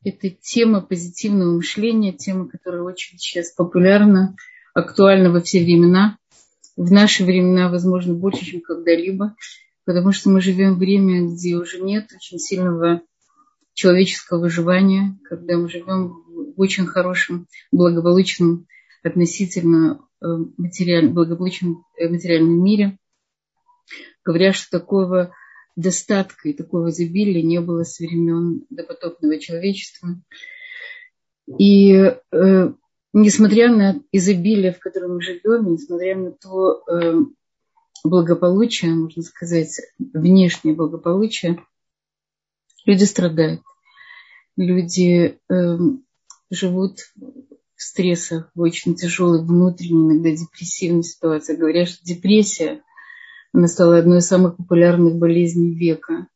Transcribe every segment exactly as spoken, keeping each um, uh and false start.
Это тема позитивного мышления, тема, которая очень сейчас популярна, актуальна во все времена. В наши времена, возможно, больше, чем когда-либо, потому что мы живем в время, где уже нет очень сильного человеческого выживания, когда мы живем в очень хорошем, благополучном, относительно материаль... благополучном материальном мире. Говорят, что такого достатка и такого изобилия не было с времен допотопного человечества. И э, несмотря на изобилие, в котором мы живем, несмотря на то э, благополучие, можно сказать, внешнее благополучие, люди страдают. Люди э, живут в стрессах, в очень тяжелой внутренней, иногда депрессивной ситуации. Говорят, что депрессия, она стала одной из самых популярных болезней века.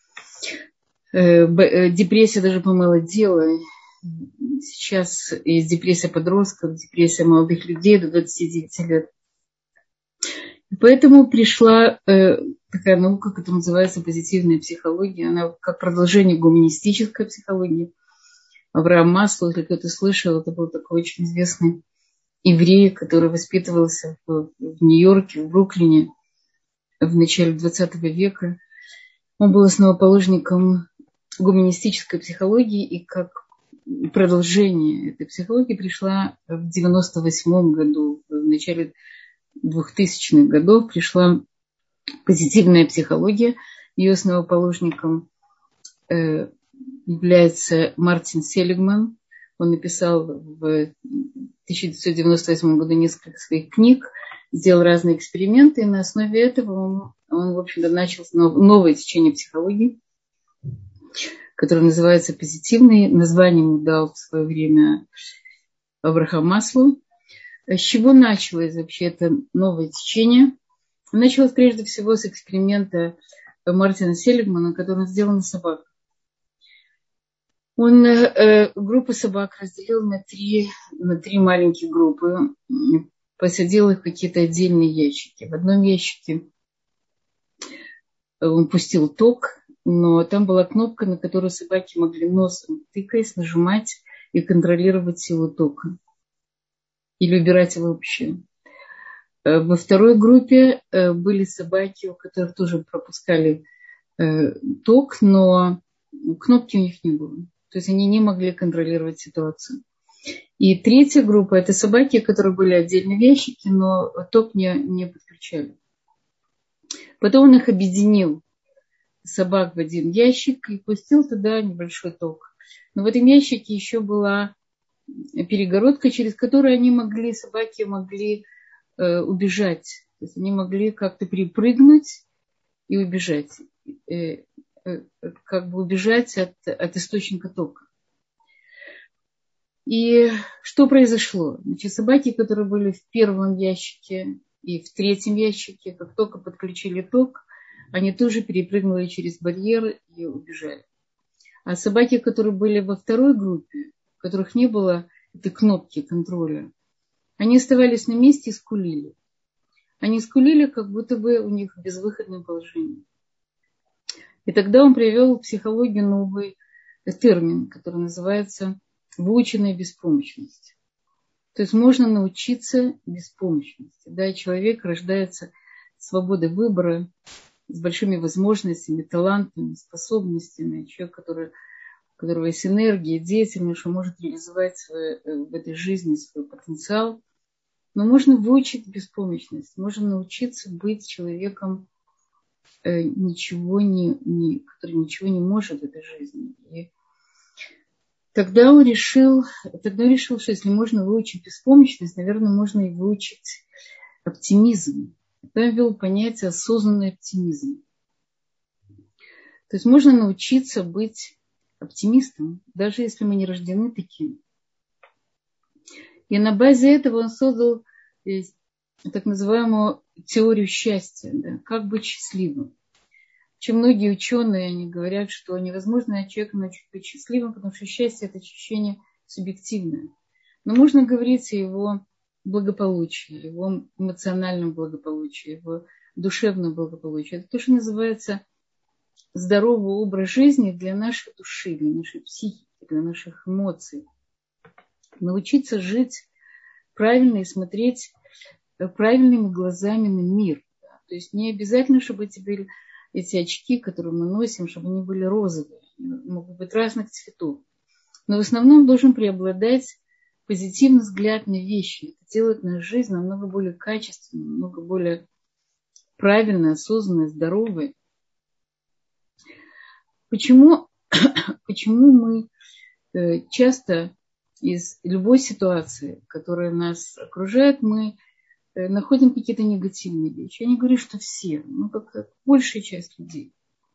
Депрессия даже помолодела. Сейчас есть депрессия подростков, депрессия молодых людей до двадцати девяти лет. И поэтому пришла такая наука, которая называется позитивная психология. Она как продолжение гуманистической психологии. Авраам Маслоу, если кто-то слышал, это был такой очень известный еврей, который воспитывался в, в Нью-Йорке, в Бруклине в начале двадцатого века. Он был основоположником гуманистической психологии, и как продолжение этой психологии пришла в девяносто восьмом году, в начале двухтысячных годов пришла позитивная психология. Ее основоположником э, является Мартин Селигман. Он написал в тысяча девятьсот девяносто восьмом году несколько своих книг, сделал разные эксперименты, и на основе этого он, он в общем-то, начал новое течение психологии, которое называется позитивный. Название ему дал в свое время Авраам Маслоу. С чего началось вообще это новое течение? Началось прежде всего с эксперимента Мартина Селигмана, который он сделал на собаках. Он э, группу собак разделил на три, на три маленькие группы, посадил их в какие-то отдельные ящики. В одном ящике он пустил ток, но там была кнопка, на которую собаки могли носом тыкаясь, нажимать и контролировать силу тока. Или убирать его вообще. Во второй группе были собаки, у которых тоже пропускали ток, но кнопки у них не было. То есть они не могли контролировать ситуацию. И третья группа – это собаки, которые были отдельно в ящике, но ток не, не подключали. Потом он их объединил, собак, в один ящик и пустил туда небольшой ток. Но в этом ящике еще была перегородка, через которую они могли, собаки могли э, убежать. То есть они могли как-то перепрыгнуть и убежать. Э, э, как бы убежать от, от источника тока. И что произошло? Значит, собаки, которые были в первом ящике и в третьем ящике, как только подключили ток, они тоже перепрыгнули через барьер и убежали. А собаки, которые были во второй группе, у которых не было этой кнопки контроля, они оставались на месте и скулили. Они скулили, как будто бы у них безвыходное положение. И тогда он привел в психологию новый термин, который называется выученная беспомощность. То есть можно научиться беспомощности. Да, человек рождается с свободой выбора, с большими возможностями, талантами, способностями. Человек, который, у которого есть энергия, деятельность, что может реализовать свой, в этой жизни свой потенциал. Но можно выучить беспомощность. Можно научиться быть человеком, ничего не, не, который ничего не может в этой жизни. И Тогда он решил, тогда он решил, что если можно выучить беспомощность, наверное, можно и выучить оптимизм. Тогда он ввел понятие осознанный оптимизм. То есть можно научиться быть оптимистом, даже если мы не рождены такими. И на базе этого он создал так называемую теорию счастья, да, как быть счастливым. Чем многие ученые, они говорят, что невозможно человеку научить быть счастливым, потому что счастье – это ощущение субъективное. Но можно говорить о его благополучии, его эмоциональном благополучии, его душевном благополучии. Это то, что называется здоровый образ жизни для нашей души, для нашей психики. для наших эмоций. Научиться жить правильно и смотреть правильными глазами на мир. То есть не обязательно, чтобы эти были эти очки, которые мы носим, чтобы они были розовые. Могут быть разных цветов. Но в основном должен преобладать позитивный взгляд на вещи. Это делает нашу жизнь намного более качественной, намного более правильной, осознанной, здоровой. Почему, почему мы часто из любой ситуации, которая нас окружает, мы находим какие-то негативные вещи? Я не говорю, что все, но как большая часть людей.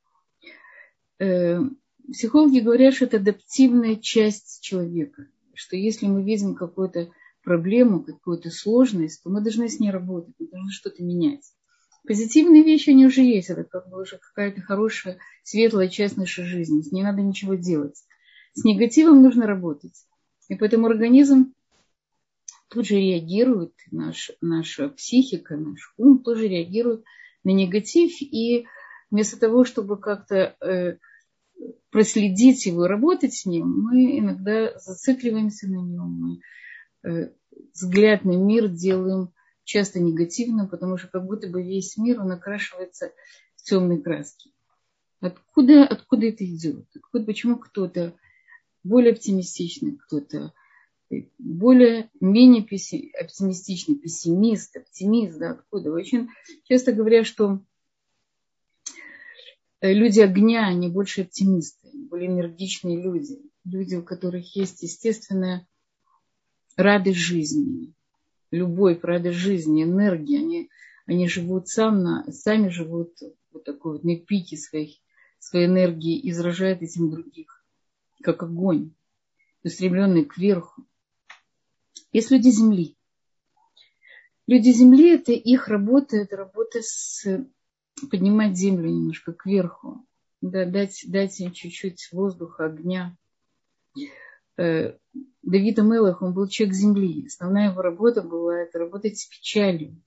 Психологи говорят, что это адаптивная часть человека, что если мы видим какую-то проблему, какую-то сложность, то мы должны с ней работать, мы должны что-то менять. Позитивные вещи, они уже есть, это как бы уже какая-то хорошая, светлая часть нашей жизни, с ней надо ничего делать. С негативом нужно работать. И поэтому организм тут же реагирует, наш, наша психика, наш ум тоже реагирует на негатив, и вместо того, чтобы как-то э, проследить его, работать с ним, мы иногда зацикливаемся на нем, мы э, взгляд на мир делаем часто негативным, потому что как будто бы весь мир, он окрашивается в темной краске. Откуда, откуда это идет? Откуда, почему кто-то более оптимистичный, кто-то более, менее оптимистичный, пессимист, оптимист, да, откуда? Очень часто говорят, что люди огня, они больше оптимисты, более энергичные люди, люди, у которых есть естественная радость жизни, любовь, радость жизни, энергия, они, они живут сам на, сами живут вот такой вот на пике своих, своей энергии и изражают этим других, как огонь, устремленный кверху. Есть люди Земли. Люди Земли, это их работа, это работа с поднимать землю немножко кверху, да, дать, дать им чуть-чуть воздуха, огня. Давид Амелех, он был человек земли. Основная его работа была это работать с печалью.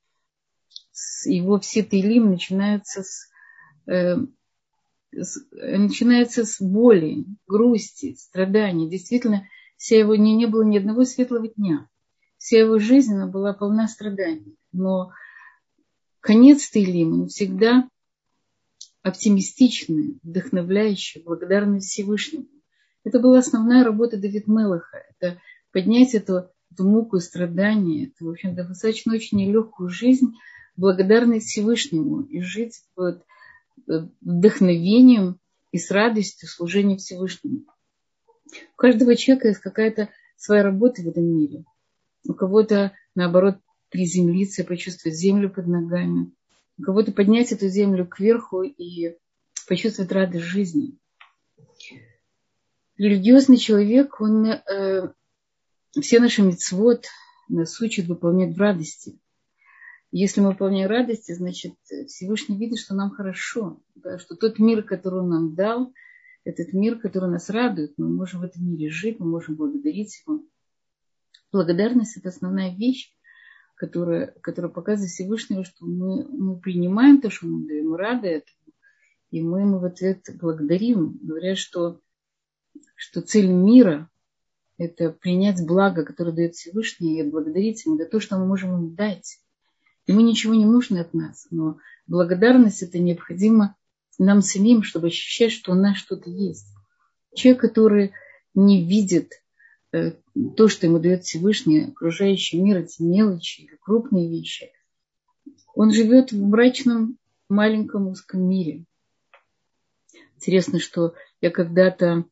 Его все тейлим начинаются с, э, с, начинаются с боли, грусти, страданий. Действительно, вся его, не, не было ни одного светлого дня. Вся его жизнь она была полна страданий. Но конец тейлим, он всегда оптимистичный, вдохновляющий, благодарный Всевышнему. Это была основная работа Давида Мелеха. Это поднять эту, эту муку и страдания, это, в общем-то, достаточно очень нелегкую жизнь, благодарность Всевышнему, и жить под вдохновением и с радостью служения Всевышнему. У каждого человека есть какая-то своя работа в этом мире. У кого-то, наоборот, приземлиться, почувствовать землю под ногами. У кого-то поднять эту землю кверху и почувствовать радость жизни. Религиозный человек, он э, все наши мицвот нас учит выполнять в радости. Если мы выполняем радости, значит, Всевышний видит, что нам хорошо, да, что тот мир, который он нам дал, этот мир, который нас радует, мы можем в этом мире жить, мы можем благодарить его. Благодарность – это основная вещь, которая, которая показывает Всевышнему, что мы, мы принимаем то, что мы даем, рады этому, и мы ему в ответ благодарим. Говорят, что что цель мира – это принять благо, которое дает Всевышний, и благодарить ему за то, что мы можем ему дать. Ему ничего не нужно от нас, но благодарность – это необходимо нам самим, чтобы ощущать, что у нас что-то есть. Человек, который не видит э, то, что ему дает Всевышний, окружающий мир, эти мелочи или крупные вещи, он живет в мрачном, маленьком, узком мире. Интересно, что я когда-то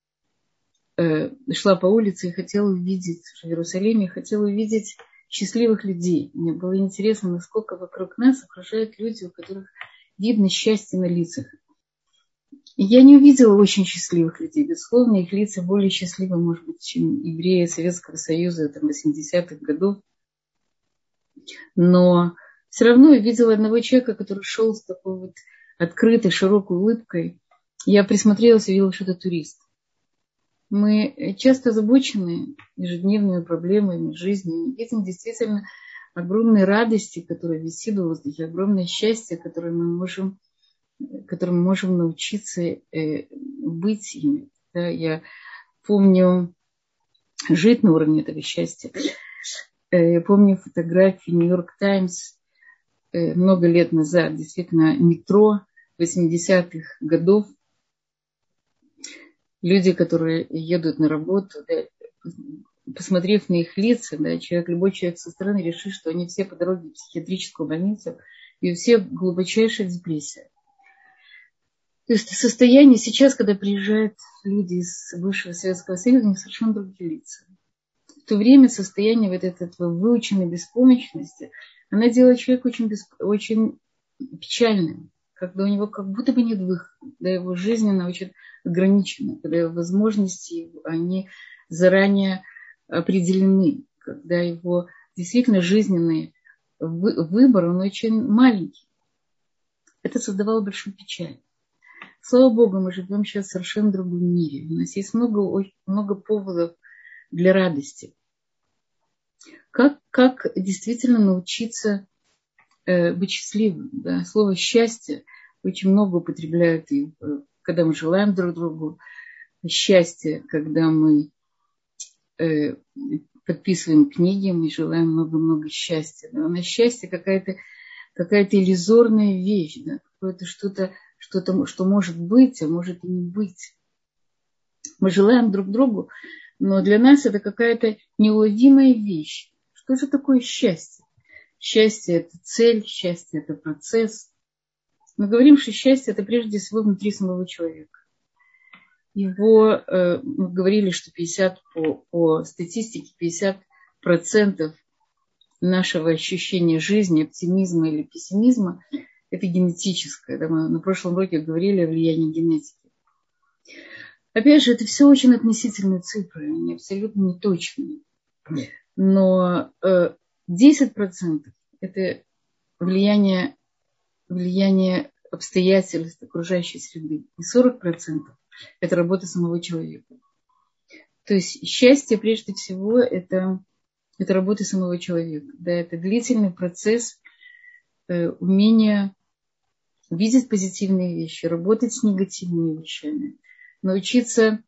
шла по улице и хотела увидеть в Иерусалиме, хотела увидеть счастливых людей. Мне было интересно, насколько вокруг нас окружают люди, у которых видно счастье на лицах. И я не увидела очень счастливых людей. Безусловно, их лица более счастливы, может быть, чем евреи Советского Союза там, восьмидесятых годов. Но все равно я видела одного человека, который шел с такой вот открытой, широкой улыбкой. Я присмотрелась и видела, что это турист. Мы часто озабочены ежедневными проблемами жизни. Видим действительно огромные радости, которые висят в воздухе, огромное счастье, которое мы можем, которым мы можем научиться быть ими. Да, я помню, жить на уровне этого счастья. Я помню фотографии Нью-Йорк Таймс много лет назад, действительно, метро восьмидесятых годов. Люди, которые едут на работу, да, посмотрев на их лица, да, человек, любой человек со стороны решит, что они все по дороге в психиатрическую больницу, и у всех глубочайшая депрессия. То есть состояние сейчас, когда приезжают люди из бывшего Советского Союза, у них совершенно другие лица. В то время состояние вот этой выученной беспомощности, она делает человека очень, бесп... очень печальным, когда у него как будто бы нет выхода, когда его жизнь, она очень ограничена, когда его возможности, они заранее определены, когда его действительно жизненный выбор, он очень маленький. Это создавало большую печаль. Слава Богу, мы живем сейчас в совершенно другом мире. У нас есть много, много поводов для радости. Как, как действительно научиться э, быть счастливым? Да? Слово «счастье» очень много употребляют, и, э, когда мы желаем друг другу счастья, когда мы э, подписываем книги, мы желаем много-много счастья. Да? У нас счастье какая-то, какая-то иллюзорная вещь, да? Какое-то что-то, что-то, что может быть, а может и не быть. Мы желаем друг другу, но для нас это какая-то неуловимая вещь. Что же такое счастье? Счастье – это цель, счастье – это процесс. Мы говорим, что счастье – это прежде всего внутри самого человека. Его, э, мы говорили, что пятьдесят по, по статистике пятьдесят процентов нашего ощущения жизни, оптимизма или пессимизма – это генетическое. Да, мы на прошлом уроке говорили о влиянии генетики. Опять же, это все очень относительные цифры, они абсолютно неточные. Но э, десять процентов – это влияние, влияние обстоятельств окружающей среды. И сорок процентов – это работа самого человека. То есть счастье, прежде всего, это, это работа самого человека. Да, это длительный процесс э, умения видеть позитивные вещи, работать с негативными вещами, научиться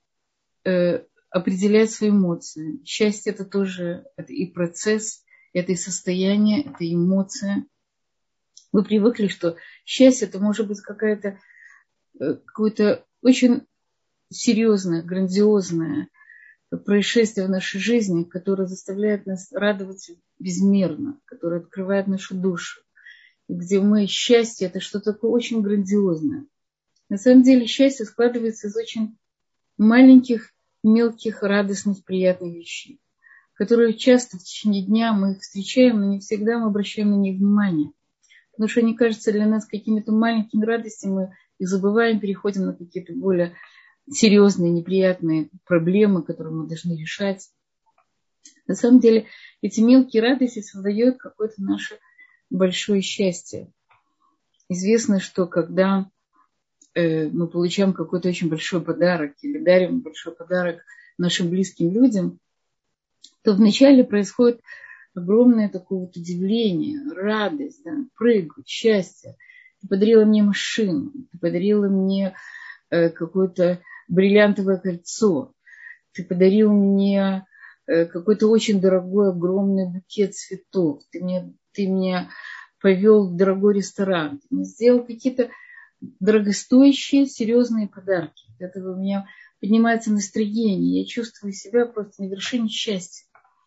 э, определять свои эмоции. Счастье – это тоже это и процесс, это и состояние, это и эмоция. Вы привыкли, что счастье – это может быть какая-то, какое-то очень серьезное, грандиозное происшествие в нашей жизни, которое заставляет нас радоваться безмерно, которое открывает нашу душу, где мы счастье – это что-то такое очень грандиозное. На самом деле счастье складывается из очень маленьких, мелких, радостных, приятных вещей, которые часто в течение дня мы их встречаем, но не всегда мы обращаем на них внимание. Потому что они кажутся для нас какими-то маленькими радостями, мы их забываем, переходим на какие-то более серьезные, неприятные проблемы, которые мы должны решать. На самом деле эти мелкие радости создают какое-то наше большое счастье. Известно, что когда э, мы получаем какой-то очень большой подарок или дарим большой подарок нашим близким людям, то вначале происходит огромное такое вот удивление, радость, да, прыгать, счастье. Ты подарила мне машину, ты подарила мне э, какое-то бриллиантовое кольцо, ты подарил мне э, какой-то очень дорогой, огромный букет цветов, ты мне, ты мне повел в дорогой ресторан, ты мне сделал какие-то дорогостоящие, серьезные подарки. От этого у меня поднимается настроение, я чувствую себя просто на вершине счастья.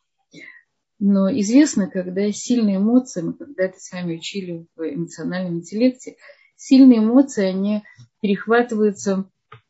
Но известно, когда сильные эмоции, мы когда-то с вами учили в эмоциональном интеллекте, сильные эмоции, они перехватываются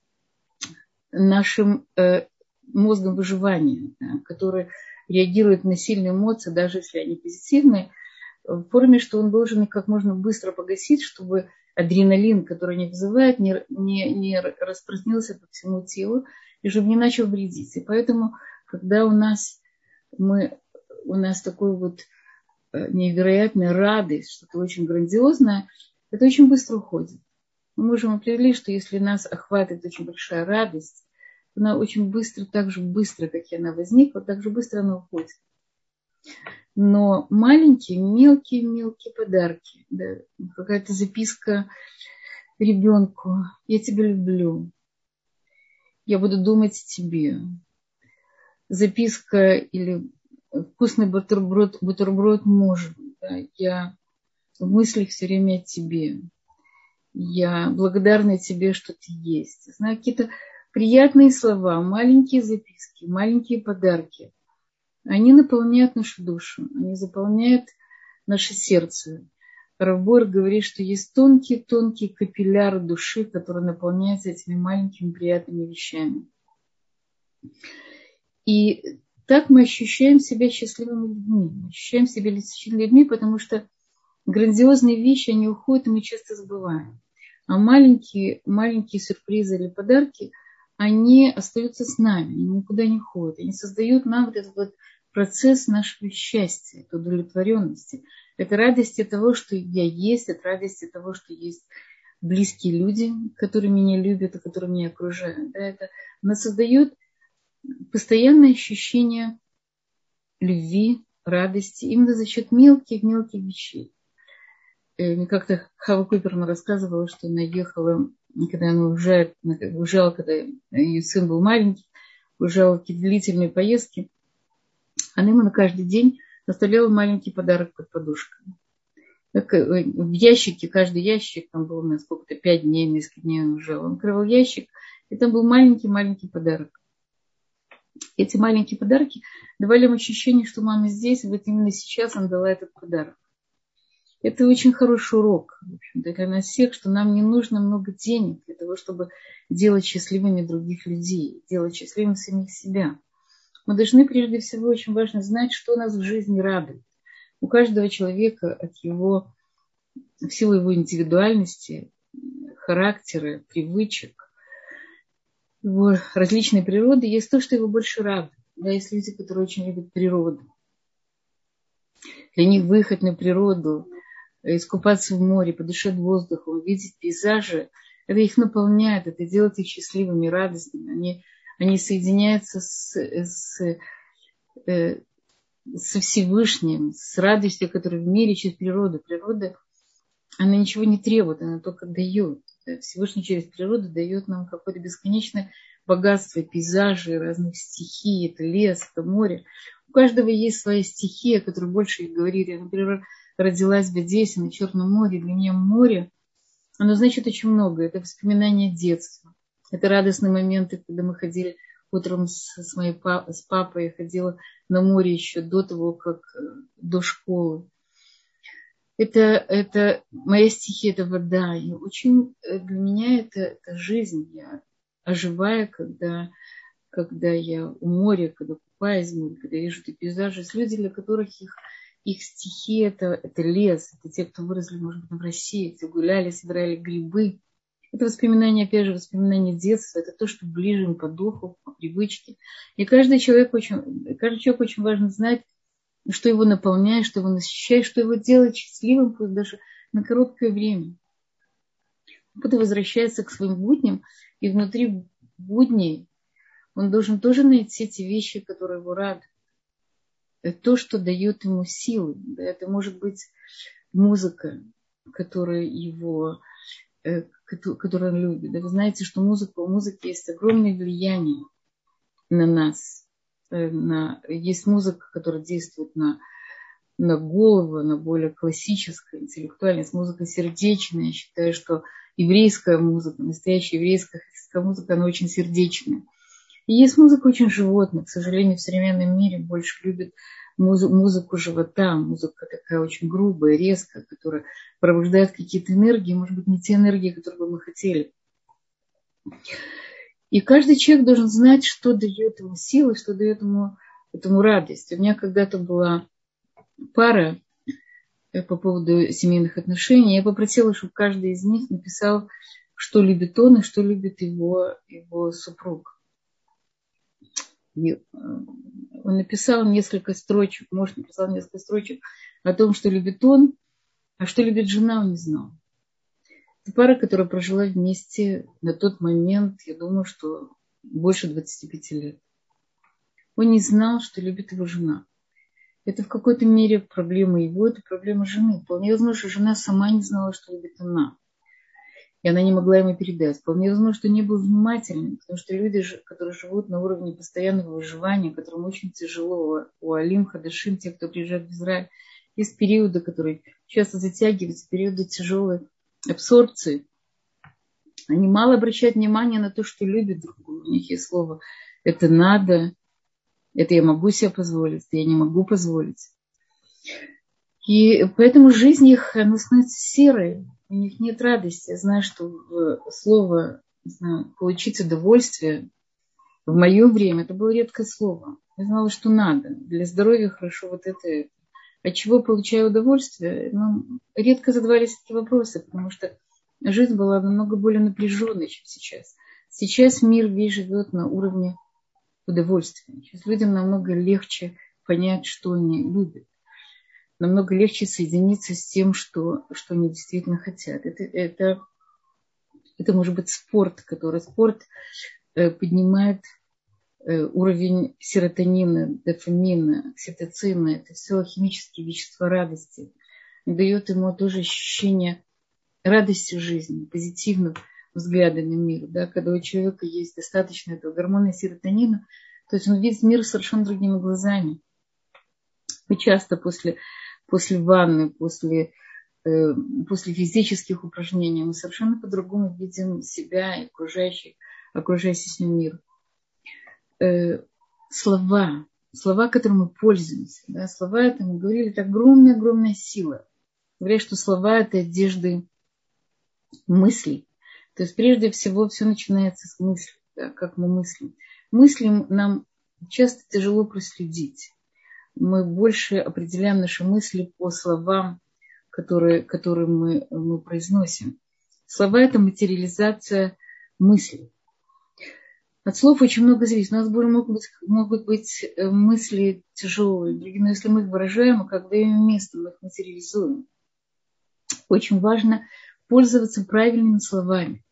нашим э, мозгом выживания, да, который реагирует на сильные эмоции, даже если они позитивные, в форме, что он должен их как можно быстро погасить, чтобы адреналин, который они вызывают, не, не, не распространился по всему телу и чтобы не начал вредить. И поэтому, когда у нас, мы, у нас такой вот невероятная радость, что-то очень грандиозное, это очень быстро уходит. Мы можем определить, что если нас охватывает очень большая радость, она очень быстро, так же быстро, как и она возникла, так же быстро она уходит. Но маленькие, мелкие, мелкие подарки, да, какая-то записка ребенку: я тебя люблю, я буду думать о тебе. Записка или вкусный бутерброд, бутерброд мужу. Да? Я в мыслях все время о тебе. Я благодарна тебе, что ты есть. Знаю, какие-то приятные слова, маленькие записки, маленькие подарки. Они наполняют нашу душу, они заполняют наше сердце. Рав Боер говорит, что есть тонкий-тонкий капилляр души, который наполняется этими маленькими приятными вещами. И так мы ощущаем себя счастливыми людьми. Мы ощущаем себя счастливыми людьми, потому что грандиозные вещи, они уходят, и мы часто забываем. А маленькие, маленькие сюрпризы или подарки, они остаются с нами, они никуда не ходят. Они создают нам вот этот вот процесс нашего счастья, этой удовлетворенности. Это радость от того, что я есть, это радость от того, что есть близкие люди, которые меня любят и которые меня окружают. Да, это она создает постоянное ощущение любви, радости, именно за счет мелких-мелких вещей. Мне как-то Хава Куперна рассказывала, что она ехала, когда она уезжает, уезжала, когда ее сын был маленький, уезжала в какие-то длительные поездки, она ему на каждый день оставляла маленький подарок под подушкой. Так, в ящике, каждый ящик, там было на сколько-то, пять дней, несколько дней он уезжал, он открывал ящик, и там был маленький-маленький подарок. Эти маленькие подарки давали им ощущение, что мама здесь, и вот именно сейчас она дала этот подарок. Это очень хороший урок, в общем-то, для нас всех, что нам не нужно много денег для того, чтобы делать счастливыми других людей, делать счастливыми самих себя. Мы должны, прежде всего, очень важно знать, что нас в жизни радует. У каждого человека от его, в силу его индивидуальности, характера, привычек, его различной природы, есть то, что его больше радует. Да, есть люди, которые очень любят природу. Для них выход на природу, искупаться в море, подышать воздухом, увидеть пейзажи, это их наполняет, это делает их счастливыми, радостными. Они, они соединяются с, с, э, со Всевышним, с радостью, которая в мире через природу. Природа, она ничего не требует, она только дает. Всевышний через природу дает нам какое-то бесконечное богатство, пейзажи, разных стихий. Это лес, это море. У каждого есть своя стихия, которая больше их говорит. Я, например, родилась в Одессе на Черном море. Для меня море, оно значит очень много. Это воспоминания детства. Это радостные моменты, когда мы ходили утром с, с моей пап, с папой. Я ходила на море еще до того, как до школы. Это, это моя стихия, это вода. И очень для меня это, это жизнь. Я оживаю, когда, когда я у моря, когда купаюсь в море, когда я вижу эти пейзажи. Есть люди, для которых их, их стихия это, это лес. Это те, кто выросли, может быть, в России, те гуляли, собирали грибы. Это воспоминания, опять же, воспоминания детства. Это то, что ближе им по духу, по привычке. И каждый человек очень, каждый человек очень важно знать, что его наполняет, что его насыщает, что его делает счастливым, пусть даже на короткое время. Потом возвращается к своим будням, и внутри будней он должен тоже найти те вещи, которые его радуют. Это то, что дает ему силы. Это может быть музыка, которая его, которую он любит. Вы знаете, что музыка, у музыки есть огромное влияние на нас. На, есть музыка, которая действует на, на голову, на более классическую, интеллектуальную, есть музыка сердечная. Я считаю, что еврейская музыка, настоящая еврейская христианская музыка, она очень сердечная. И есть музыка очень животная. К сожалению, в современном мире больше любят музыку, музыку живота. Музыка такая очень грубая, резкая, которая пробуждает какие-то энергии, может быть, не те энергии, которые бы мы хотели. И каждый человек должен знать, что дает ему силы, что дает ему этому радость. У меня когда-то была пара по поводу семейных отношений. Я попросила, чтобы каждый из них написал, что любит он и что любит его, его супруг. И он написал несколько строчек, может, написал несколько строчек о том, что любит он, а что любит жена, он не знал. Это пара, которая прожила вместе на тот момент, я думаю, что больше двадцати пяти лет. Он не знал, что любит его жена. Это в какой-то мере проблема его, это проблема жены. Вполне возможно, что жена сама не знала, что любит она. и она не могла ему передать. Вполне возможно, что не был внимательным, потому что люди, которые живут на уровне постоянного выживания, которым очень тяжело, у Алим, Хадашим, те, кто приезжает в Израиль, есть периоды, которые часто затягиваются, периоды тяжелой абсорбции. Они мало обращают внимание на то, что любят друг друга. У них есть слово «это надо», «это я могу себе позволить», «это я не могу позволить». И поэтому жизнь их, она становится серой, у них нет радости. Я знаю, что слово, не знаю, «получить удовольствие» в мое время это было редкое слово. Я знала, что надо. Для здоровья хорошо вот это. От чего получаю удовольствие? Ну, редко задавались эти вопросы, потому что жизнь была намного более напряженной, чем сейчас. Сейчас мир весь живет на уровне удовольствия. Сейчас людям намного легче понять, что они любят. Намного легче соединиться с тем, что, что они действительно хотят. Это, это, это может быть спорт, который спорт э, поднимает э, уровень серотонина, дофамина, окситоцина. Это все химические вещества радости. И дает ему тоже ощущение радости жизни, позитивного взгляда на мир. Да? Когда у человека есть достаточно этого гормона серотонина, то есть он видит мир совершенно другими глазами. Мы часто после после ванны, после, э, после физических упражнений мы совершенно по-другому видим себя и окружающий, окружающий мир. Э, слова, слова, которыми мы пользуемся. Да, слова, это мы говорили, это огромная-огромная сила. Говорят, что слова – это одежды мыслей. То есть прежде всего все начинается с мысли, да, как мы мыслим. Мыслим нам часто тяжело проследить. Мы больше определяем наши мысли по словам, которые, которые мы, мы произносим. Слова – это материализация мыслей. От слов очень много зависит. У нас могут быть, могут быть мысли тяжелые, но если мы их выражаем, а когда им место, мы их материализуем. Очень важно пользоваться правильными словами.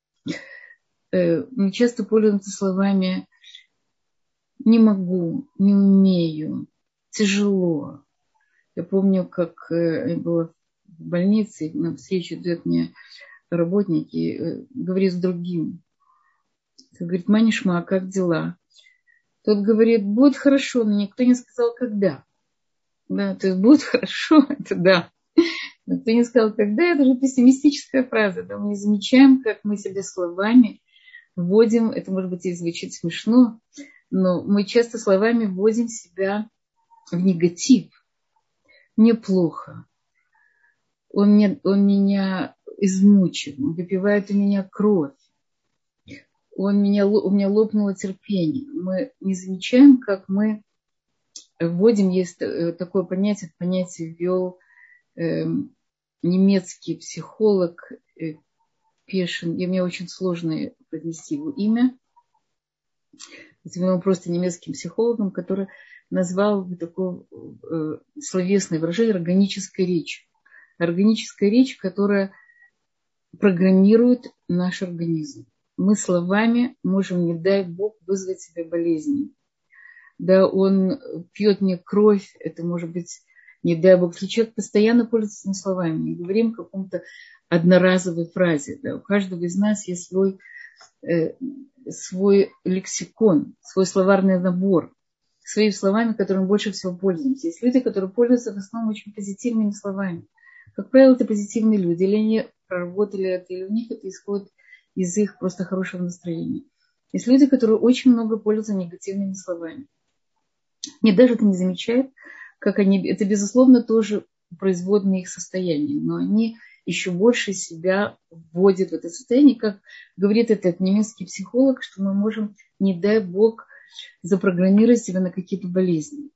Мы часто пользуемся словами «не могу», «не умею», «тяжело». Я помню, как я была в больнице, на встречу идет мне работник и говорит с другим. Он говорит: «Манишма, а как дела?» Тот говорит: «Будет хорошо», но никто не сказал, когда. Да, то есть «будет хорошо», это да. Но кто не сказал, когда, это же пессимистическая фраза. Да? Мы не замечаем, как мы себе словами вводим, это, может быть, и звучит смешно, но мы часто словами вводим себя в негатив. Мне плохо. Он, мне, он меня измучил, он выпивает у меня кровь. Он меня, у меня лопнуло терпение. Мы не замечаем, как мы вводим, есть такое понятие, понятие ввел э, немецкий психолог э, Пешин, и мне очень сложно произнести его имя. Он просто немецким психологом, который назвал такое э, словесное выражение органической речи. Органическая речь, которая программирует наш организм. Мы словами можем, не дай Бог, вызвать себе болезни. Да, он пьет мне кровь, это может быть, не дай Бог, если человек постоянно пользуется этими словами, не говорим о каком-то одноразовой фразе. Да, у каждого из нас есть свой, э, свой лексикон, свой словарный набор, своими словами, которыми больше всего пользуемся. Есть люди, которые пользуются в основном очень позитивными словами. Как правило, это позитивные люди, или они проработали это, или у них это исходит из их просто хорошего настроения. Есть люди, которые очень много пользуются негативными словами. Они даже это не замечают, как они... Это, безусловно, тоже производные их состояния, но они еще больше себя вводят в это состояние. Как говорит этот немецкий психолог, что мы можем, не дай Бог, запрограммировать себя на какие-то болезни.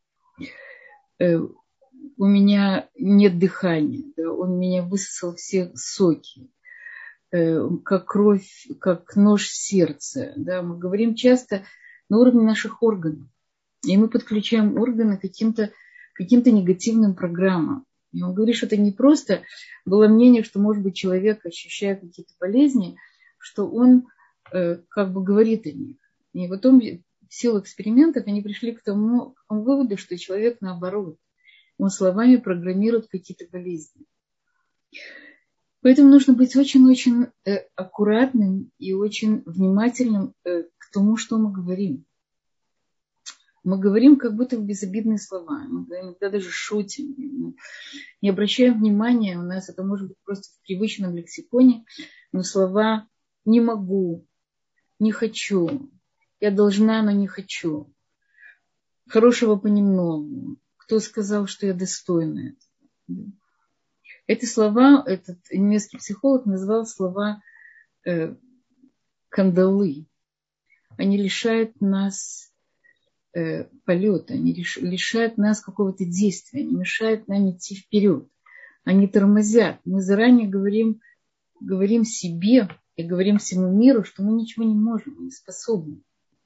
У меня нет дыхания, да, он меня высосал все соки, как кровь, как нож в сердце. Да. Мы говорим часто на уровне наших органов. И мы подключаем органы к каким-то, каким-то негативным программам. И он говорит, что это не просто было мнение, что, может быть, человек, ощущая какие-то болезни, что он э, как бы говорит о них. И потом в силу экспериментов они пришли к тому, к тому выводу, что человек наоборот. Он словами программирует какие-то болезни. Поэтому нужно быть очень-очень э, аккуратным и очень внимательным э, к тому, что мы говорим. Мы говорим как будто в безобидные слова. Мы иногда даже шутим. Мы не обращаем внимания. У нас это может быть просто в привычном лексиконе. Но слова «не могу», «не хочу», «я должна, но не хочу», «хорошего понемногу», «кто сказал, что я достойна». Эти слова, этот немецкий психолог назвал слова э, кандалы. Они лишают нас Э, полета, они лишают нас какого-то действия, они мешают нам идти вперед, они тормозят. Мы заранее говорим, говорим себе и говорим всему миру, что мы ничего не можем, мы не способны.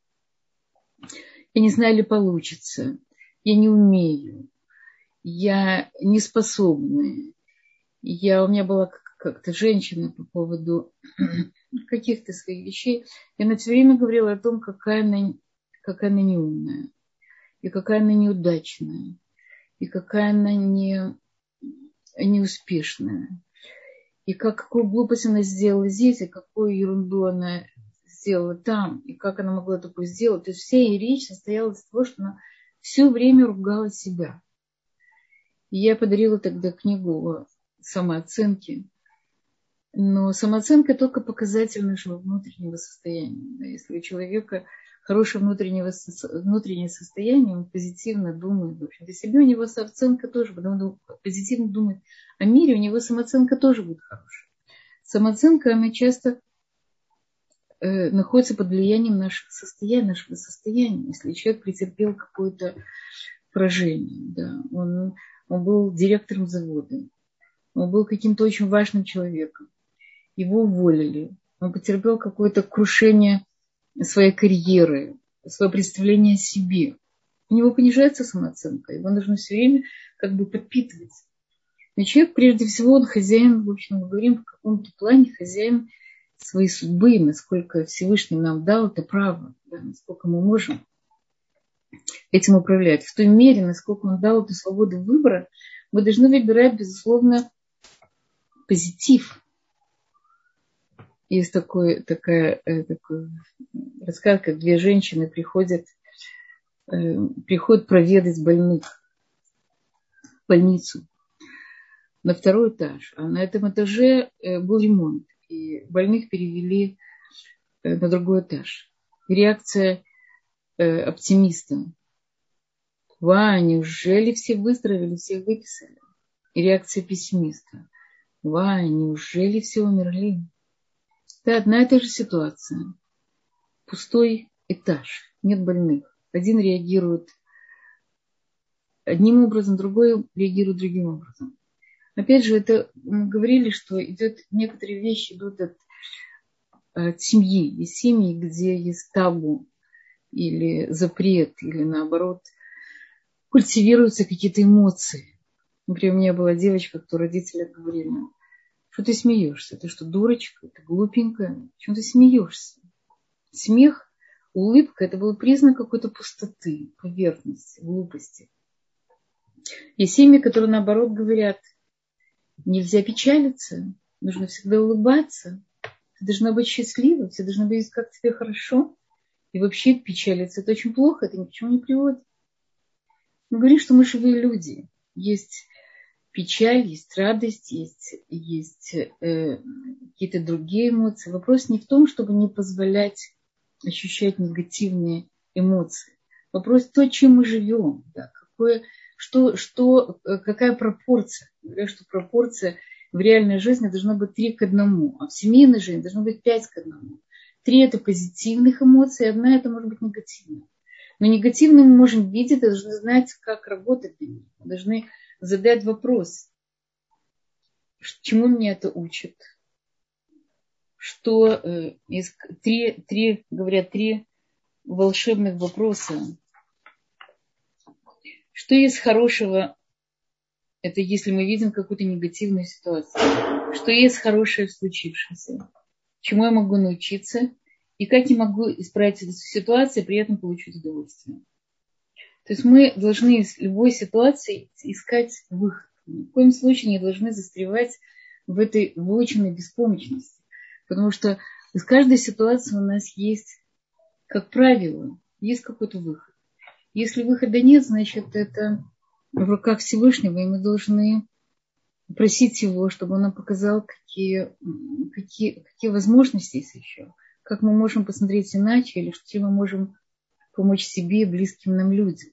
Я не знаю, ли получится, я не умею, я не способна. Я, у меня была как-то женщина по поводу каких-то своих вещей, и она все время говорила о том, какая она какая она неумная, и какая она неудачная, и какая она не, неуспешная, и как, какую глупость она сделала здесь, и какую ерунду она сделала там, и как она могла такое сделать. То есть вся ее речь состояла из того, что она все время ругала себя. И я подарила тогда книгу о самооценке. Но самооценка только показатель нашего внутреннего состояния. Если у человека хорошее внутреннее, внутреннее состояние, он позитивно думает. В общем, для себя у него самооценка тоже, потому что он позитивно думает о мире, у него самооценка тоже будет хорошая. Самооценка, она часто э, находится под влиянием нашего состояния, нашего состояния. Если человек претерпел какое-то поражение, да, он, он был директором завода, он был каким-то очень важным человеком, его уволили, он потерпел какое-то крушение своей карьеры, свое представление о себе. У него понижается самооценка, его нужно все время как бы подпитывать. Но человек, прежде всего, он хозяин, в общем, мы говорим, в каком-то плане хозяин своей судьбы, насколько Всевышний нам дал это право, да, насколько мы можем этим управлять. В той мере, насколько он дал эту свободу выбора, мы должны выбирать, безусловно, позитив. Есть такой, такая, такой рассказ, как две женщины приходят, э, приходят проведать больных в больницу на второй этаж. А на этом этаже э, был ремонт, и больных перевели э, на другой этаж. И реакция э, оптимиста: «Ва, неужели все выздоровели, всех выписали?» И реакция пессимиста: «Ва, неужели все умерли?» Это одна и та же ситуация. Пустой этаж, нет больных. Один реагирует одним образом, другой реагирует другим образом. Опять же, это мы говорили, что идет, некоторые вещи идут от, от семьи. Есть семьи, где есть табу или запрет, или наоборот, культивируются какие-то эмоции. Например, у меня была девочка, кто родители говорили: что ты смеешься? Ты что, дурочка? Ты глупенькая? Почему ты смеешься? Смех, улыбка – это был признак какой-то пустоты, поверхности, глупости. Есть семьи, которые, наоборот, говорят: нельзя печалиться, нужно всегда улыбаться, ты должна быть счастлива, все должны видеть, как тебе хорошо. И вообще печалиться – это очень плохо, это ни к чему не приводит. Мы говорим, что мы живые люди. Есть печаль, есть радость, есть, есть э, какие-то другие эмоции. Вопрос не в том, чтобы не позволять ощущать негативные эмоции. Вопрос в том, чем мы живем. Да, какое, что, что, какая пропорция. Говорят, что пропорция в реальной жизни должна быть три к одному, а в семейной жизни должно быть пять к одному. Три – это позитивных эмоций, одна – это может быть негативная. Но негативные мы можем видеть, должны знать, как работать для них. Мы должны задать вопрос: чему меня это учит? Что э, из три, три, говорят, три волшебных вопроса. Что есть хорошего? Это если мы видим какую-то негативную ситуацию. Что есть хорошее в случившемся? Чему я могу научиться? И как я могу исправить эту ситуацию и при этом получить удовольствие? То есть мы должны из любой ситуации искать выход. Ни в коем случае не должны застревать в этой выученной беспомощности. Потому что из каждой ситуации у нас есть, как правило, есть какой-то выход. Если выхода нет, значит, это в руках Всевышнего, и мы должны просить его, чтобы он нам показал, какие, какие, какие возможности есть еще, как мы можем посмотреть иначе, или чем мы можем помочь себе и близким нам людям.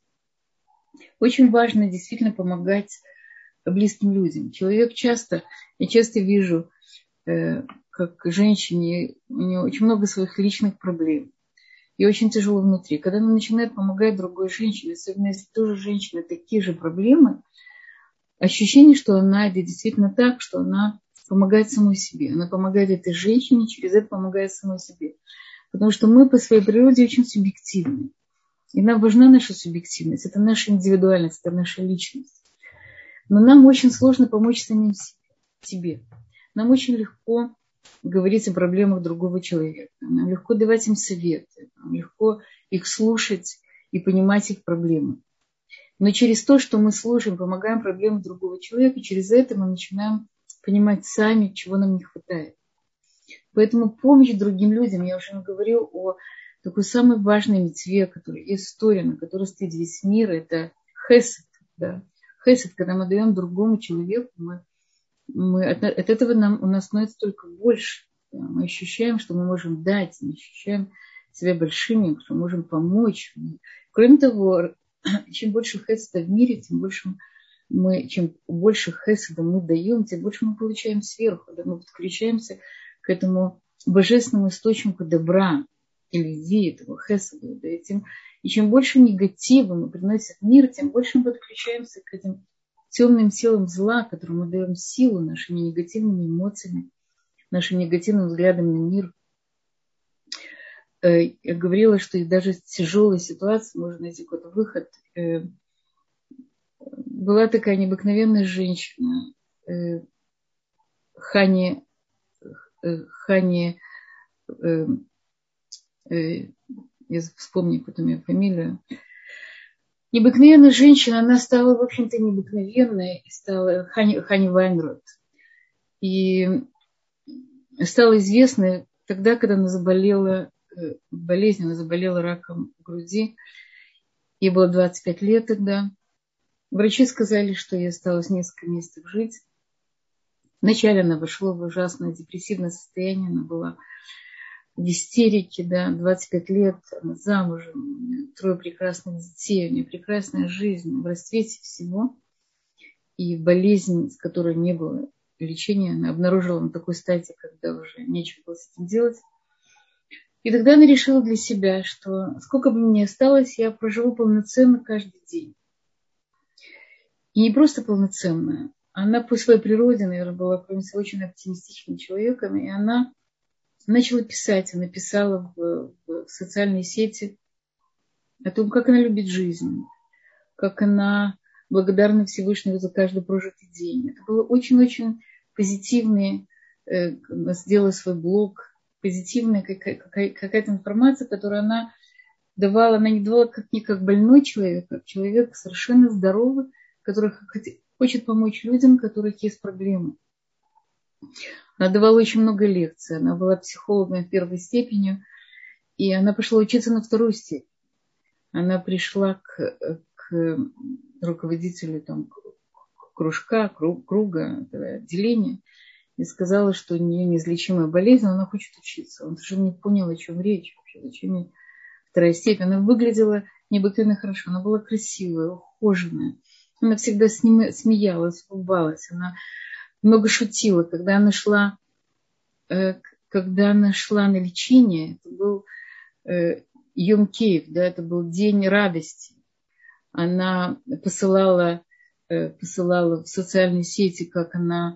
Очень важно действительно помогать близким людям. Человек часто, я часто вижу, э, как женщине, у нее очень много своих личных проблем. И очень тяжело внутри. Когда она начинает помогать другой женщине, особенно если тоже женщина такие же проблемы, ощущение, что она, это действительно так, что она помогает самой себе. Она помогает этой женщине, через это помогает самой себе. Потому что мы по своей природе очень субъективны. И нам важна наша субъективность. Это наша индивидуальность, это наша личность. Но нам очень сложно помочь самим себе. Нам очень легко говорить о проблемах другого человека. Нам легко давать им советы. Нам легко их слушать и понимать их проблемы. Но через то, что мы слушаем, помогаем проблемам другого человека, через это мы начинаем понимать сами, чего нам не хватает. Поэтому помощь другим людям, я уже говорил о такой самой важной мицве, которая есть история, на которой стоит весь мир, это хесед. Да. Хесед, когда мы даем другому человеку, мы, мы, от, от этого нам, у нас становится только больше. Да. Мы ощущаем, что мы можем дать, мы ощущаем себя большими, что мы можем помочь. Кроме того, чем больше хеседа в мире, тем больше мы, чем больше хеседа мы даем, тем больше мы получаем сверху. Да, мы подключаемся к этому божественному источнику добра и любви, этого хеседа. Да, и, тем, и чем больше негатива мы приносим в мир, тем больше мы подключаемся к этим темным силам зла, которым мы даем силу нашими негативными эмоциями, нашим негативным взглядом на мир. Я говорила, что и даже в тяжелой ситуации можно найти какой-то выход. Была такая необыкновенная женщина, Хани, Хани, я вспомню потом ее фамилию. Необыкновенная женщина, она стала, в общем-то, необыкновенной, стала Хани, Хани Вайнрод. И стала известной тогда, когда она заболела болезнь, она заболела раком груди. Ей было двадцать пять лет тогда. Врачи сказали, что ей осталось несколько месяцев жить. Вначале она вошла в ужасное депрессивное состояние. Она была в истерике, да, двадцать пять лет, она замужем, трое прекрасных детей, у нее прекрасная жизнь, в расцвете всего. И болезнь, с которой не было лечения, она обнаружила на такой стадии, когда уже нечего было с этим делать. И тогда она решила для себя, что сколько бы мне осталось, я проживу полноценно каждый день. И не просто полноценно. Она по своей природе, наверное, была, кроме всего, очень оптимистичным человеком. И она начала писать. Она писала в, в социальные сети о том, как она любит жизнь, как она благодарна Всевышнему за каждый прожитый день. Это было очень-очень позитивное. Она сделала свой блог. Позитивная какая-то информация, которую она давала, она не давала как не как больной человек, как человек совершенно здоровый, который хочет помочь людям, у которых есть проблемы. Она давала очень много лекций, она была психологом первой степени, и она пошла учиться на вторую степень. Она пришла к, к руководителю там, кружка, круга, отделения, и сказала, что у нее неизлечимая болезнь, но она хочет учиться. Он даже не понял, о чем речь вообще, зачем ей вторая степень. Она выглядела необыкновенно хорошо, она была красивая, ухоженная. Она всегда с ним смеялась, улыбалась, она много шутила. Когда она шла, когда она шла на лечение, это был Йом Киев, да, это был день радости. Она посылала, посылала в социальные сети, как она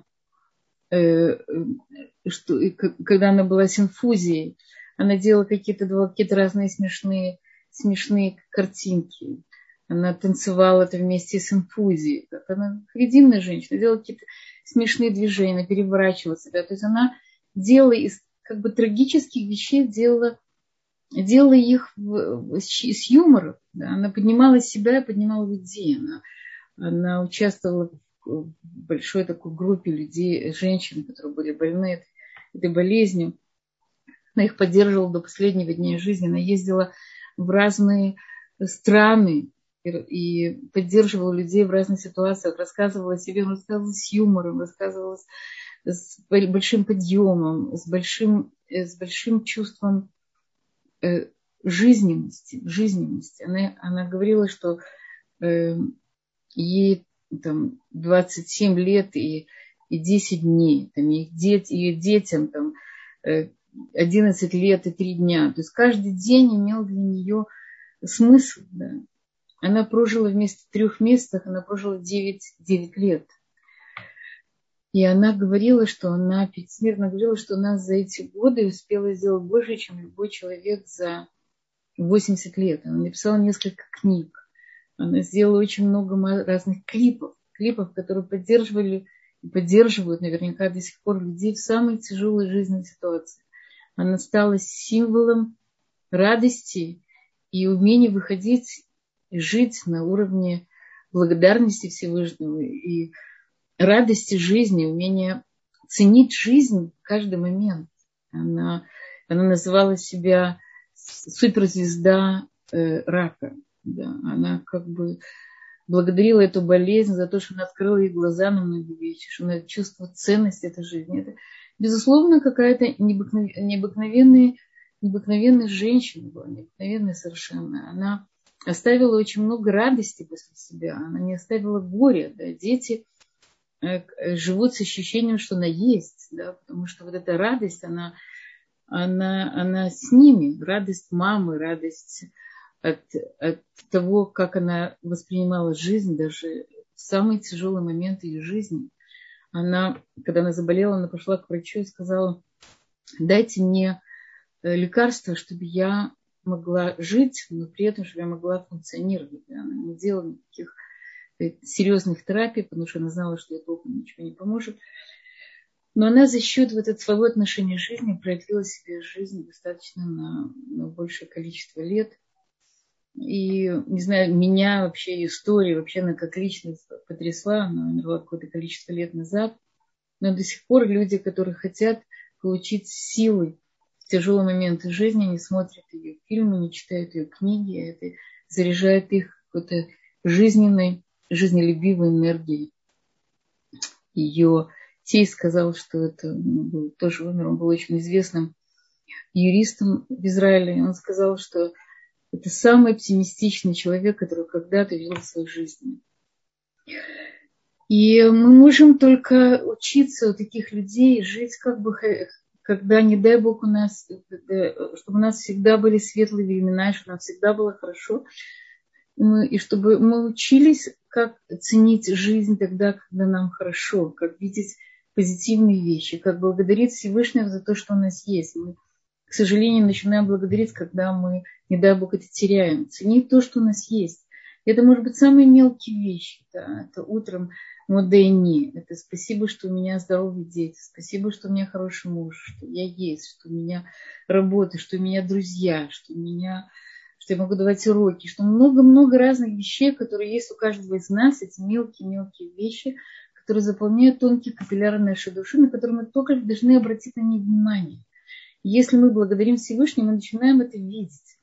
что, когда она была с инфузией, она делала какие-то, какие-то разные смешные, смешные картинки. Она танцевала это вместе с инфузией. Она харидимная женщина, делала какие-то смешные движения, она переворачивала себя. То есть она делала из как бы трагических вещей, делала, делала их в, с, с юмором. Да. Она поднимала себя и поднимала людей. Она, она участвовала большой такой группе людей, женщин, которые были больны этой, этой болезнью. Она их поддерживала до последнего дня жизни. Она ездила в разные страны и, и поддерживала людей в разных ситуациях, рассказывала о себе, рассказывала с юмором, рассказывала с, с большим подъемом, с большим, с большим чувством э, жизненности. жизненности. Она, она говорила, что э, ей там, двадцать семь лет и, и десять дней, там, их дет, ее детям там, э, одиннадцать лет и три дня. То есть каждый день имел для нее смысл. Да. Она прожила вместо трех месяцев, она прожила девять, девять лет. И она говорила, что она, смирно говорила, что она за эти годы успела сделать больше, чем любой человек за восемьдесят лет. Она написала несколько книг. Она сделала очень много разных клипов, клипов, которые поддерживали и поддерживают наверняка до сих пор людей в самой тяжелой жизненной ситуации. Она стала символом радости и умения выходить и жить на уровне благодарности Всевышнего и радости жизни, умения ценить жизнь в каждый момент. Она, она называла себя суперзвезда э, рака. Да. Она как бы благодарила эту болезнь за то, что она открыла ей глаза на многие вещи, что она чувствует ценность этой жизни. Это, безусловно, какая-то необыкновенная, необыкновенная женщина была, необыкновенная совершенно. Она оставила очень много радости после себя, она не оставила горя. Да. Дети живут с ощущением, что она есть, да, потому что вот эта радость, она, она, она с ними. Радость мамы, радость от, от того, как она воспринимала жизнь, даже в самый тяжелый момент ее жизни. Она, когда она заболела, она пошла к врачу и сказала: дайте мне лекарства, чтобы я могла жить, но при этом, чтобы я могла функционировать. Она не делала никаких серьезных терапий, потому что она знала, что ей толком ничего не поможет. Но она за счет вот этого своего отношения к жизни продлила себе жизнь достаточно на, на большее количество лет. И, не знаю, меня вообще ее история, вообще она как личность потрясла. Она умерла какое-то количество лет назад. Но до сих пор люди, которые хотят получить силы в тяжелые моменты жизни, не смотрят ее фильмы, не читают ее книги. Это заряжает их какой-то жизненной, жизнелюбивой энергией. Ее тесть сказал, что это был, тоже умер, он был очень известным юристом в Израиле. Он сказал, что это самый оптимистичный человек, который когда-то видел в своей жизни. И мы можем только учиться у таких людей, жить как бы, когда, не дай Бог, у нас, чтобы у нас всегда были светлые времена, чтобы нам всегда было хорошо. И, мы, и чтобы мы учились, как ценить жизнь тогда, когда нам хорошо, как видеть позитивные вещи, как благодарить Всевышнего за то, что у нас есть. Мы, к сожалению, начинаем благодарить, когда мы, не дай Бог, это теряем. Ценить то, что у нас есть. И это, может быть, самые мелкие вещи. Да? Это утром модейни. Это спасибо, что у меня здоровые дети. Спасибо, что у меня хороший муж, что я есть, что у меня работа, что у меня друзья, что у меня... что я могу давать уроки, что много-много разных вещей, которые есть у каждого из нас, эти мелкие-мелкие вещи, которые заполняют тонкие капилляры нашей души, на которые мы только должны обратить на них внимание. И если мы благодарим Всевышнего, мы начинаем это видеть.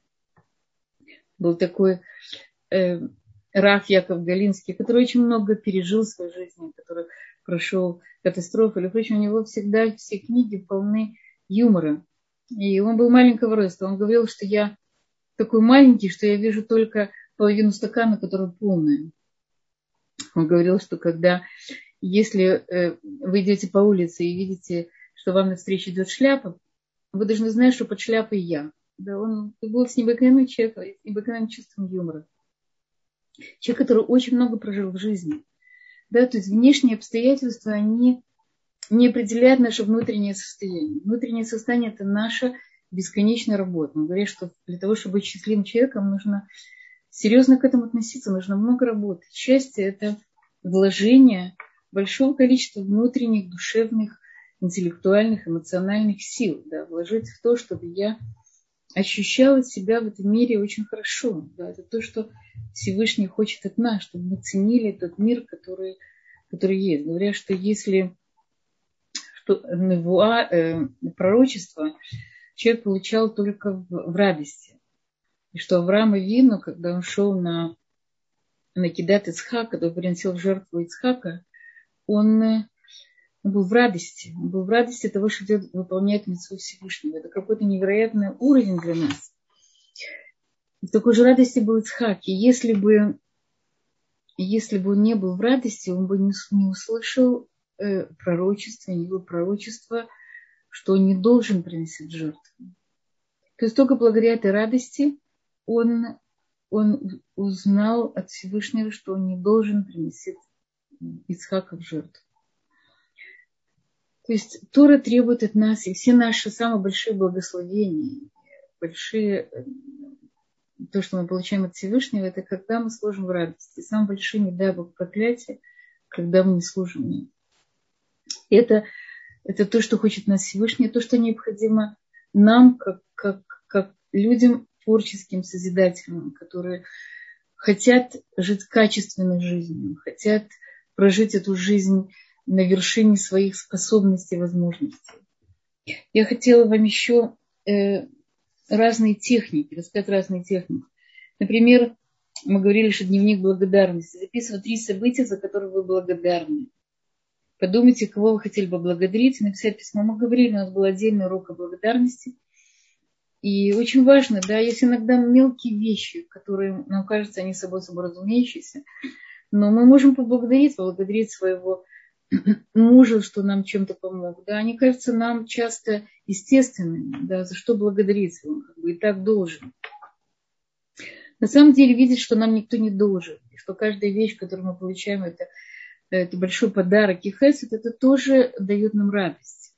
Был такой э, Раф Яков Галинский, который очень много пережил в своей жизни, который прошел катастрофу. Или, впрочем, у него всегда все книги полны юмора. И он был маленького роста. Он говорил, что я такой маленький, что я вижу только половину стакана, которая полная. Он говорил, что когда, если э, вы идете по улице и видите, что вам навстречу идет шляпа, вы должны знать, что под шляпой я. Да, он был с необыкновенным человеком, с необыкновенным чувством юмора. Человек, который очень много прожил в жизни. Да, то есть внешние обстоятельства, они не определяют наше внутреннее состояние. Внутреннее состояние – это наша бесконечная работа. Он говорит, что для того, чтобы быть счастливым человеком, нужно серьезно к этому относиться, нужно много работать. Счастье – это вложение большого количества внутренних, душевных, интеллектуальных, эмоциональных сил. Да, вложить в то, чтобы я ощущала себя в этом мире очень хорошо. Да, это то, что Всевышний хочет от нас, чтобы мы ценили тот мир, который, которые есть. Говорят, что если что, невуа, э, пророчество человек получал только в, в радости. И что Авраам Авину, когда он шел на, на Кидат Ицхака, когда он приносил в жертву Ицхака, он, он был в радости. Он был в радости того, что делает, выполняет мицву Всевышнего. Это какой-то невероятный уровень для нас. И в такой же радости был Ицхак. И если бы, если бы он не был в радости, он бы не, не услышал э, пророчества, не было пророчества, что он не должен приносить жертву. То есть только благодаря этой радости он, он узнал от Всевышнего, что он не должен приносить Ицхака в жертву. То есть Тора требует от нас, и все наши самые большие благословения, большие, то, что мы получаем от Всевышнего, это когда мы служим в радости. И самые большие, не дай Бог, проклятия, когда мы не служим ему. Это, это то, что хочет нас Всевышний, то, что необходимо нам, как, как, как людям творческим, созидательным, которые хотят жить качественной жизнью, хотят прожить эту жизнь на вершине своих способностей и возможностей. Я хотела вам еще э, разные техники, рассказать разные техники. Например, мы говорили, что дневник благодарности. Записывать три события, за которые вы благодарны. Подумайте, кого вы хотели бы благодарить, написать письмо. Мы говорили, у нас был отдельный урок о благодарности. И очень важно, да, есть иногда мелкие вещи, которые, нам кажется, они собой собой разумеющиеся, но мы можем поблагодарить, поблагодарить своего мужа, что нам чем-то помог. Да, они кажутся нам часто естественными, да, за что благодарить, он как бы и так должен. На самом деле видеть, что нам никто не должен, и что каждая вещь, которую мы получаем, это, это большой подарок и хесед, это тоже дает нам радость.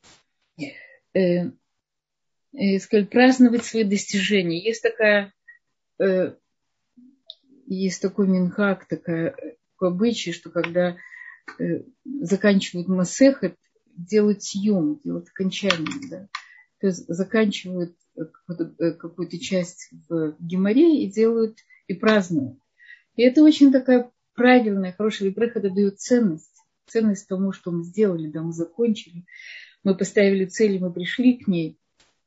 Э, э, сказать, праздновать свои достижения. Есть такая, э, есть такой минхаг, такая, такой обычай, что когда э, заканчивают масехет, делают сьюм, делают окончание, да. То есть заканчивают какую-то, какую-то часть в геморе и делают, и празднуют. И это очень такая правильная, хорошая вибреха, это дает ценность. Ценность тому, что мы сделали, да, мы закончили, мы поставили цель, мы пришли к ней.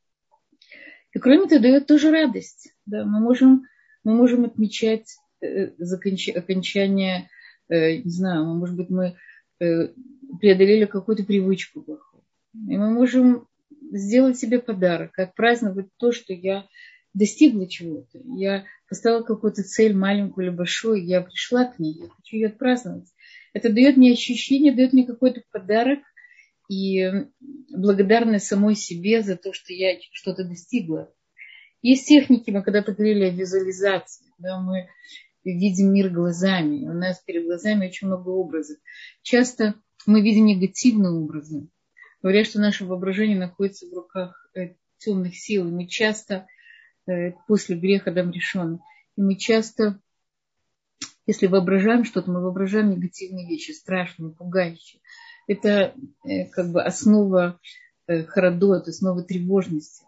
И кроме того, дает тоже радость. Да, мы можем, мы можем отмечать э, законч... окончание, э, не знаю, может быть, мы э, преодолели какую-то привычку плохую. И мы можем сделать себе подарок, отпраздновать то, что я достигла чего-то. Я поставила какую-то цель, маленькую или большую, я пришла к ней, я хочу ее отпраздновать. Это дает мне ощущение, дает мне какой-то подарок и благодарность самой себе за то, что я что-то достигла. Есть техники, мы когда-то говорили о визуализации, да, мы видим мир глазами, у нас перед глазами очень много образов. Часто мы видим негативные образы. Говорят, что наше воображение находится в руках темных сил, и мы часто, после греха Адам решен, и мы часто, если воображаем что-то, мы воображаем негативные вещи, страшные, пугающие. Это как бы основа харадот, основа тревожности.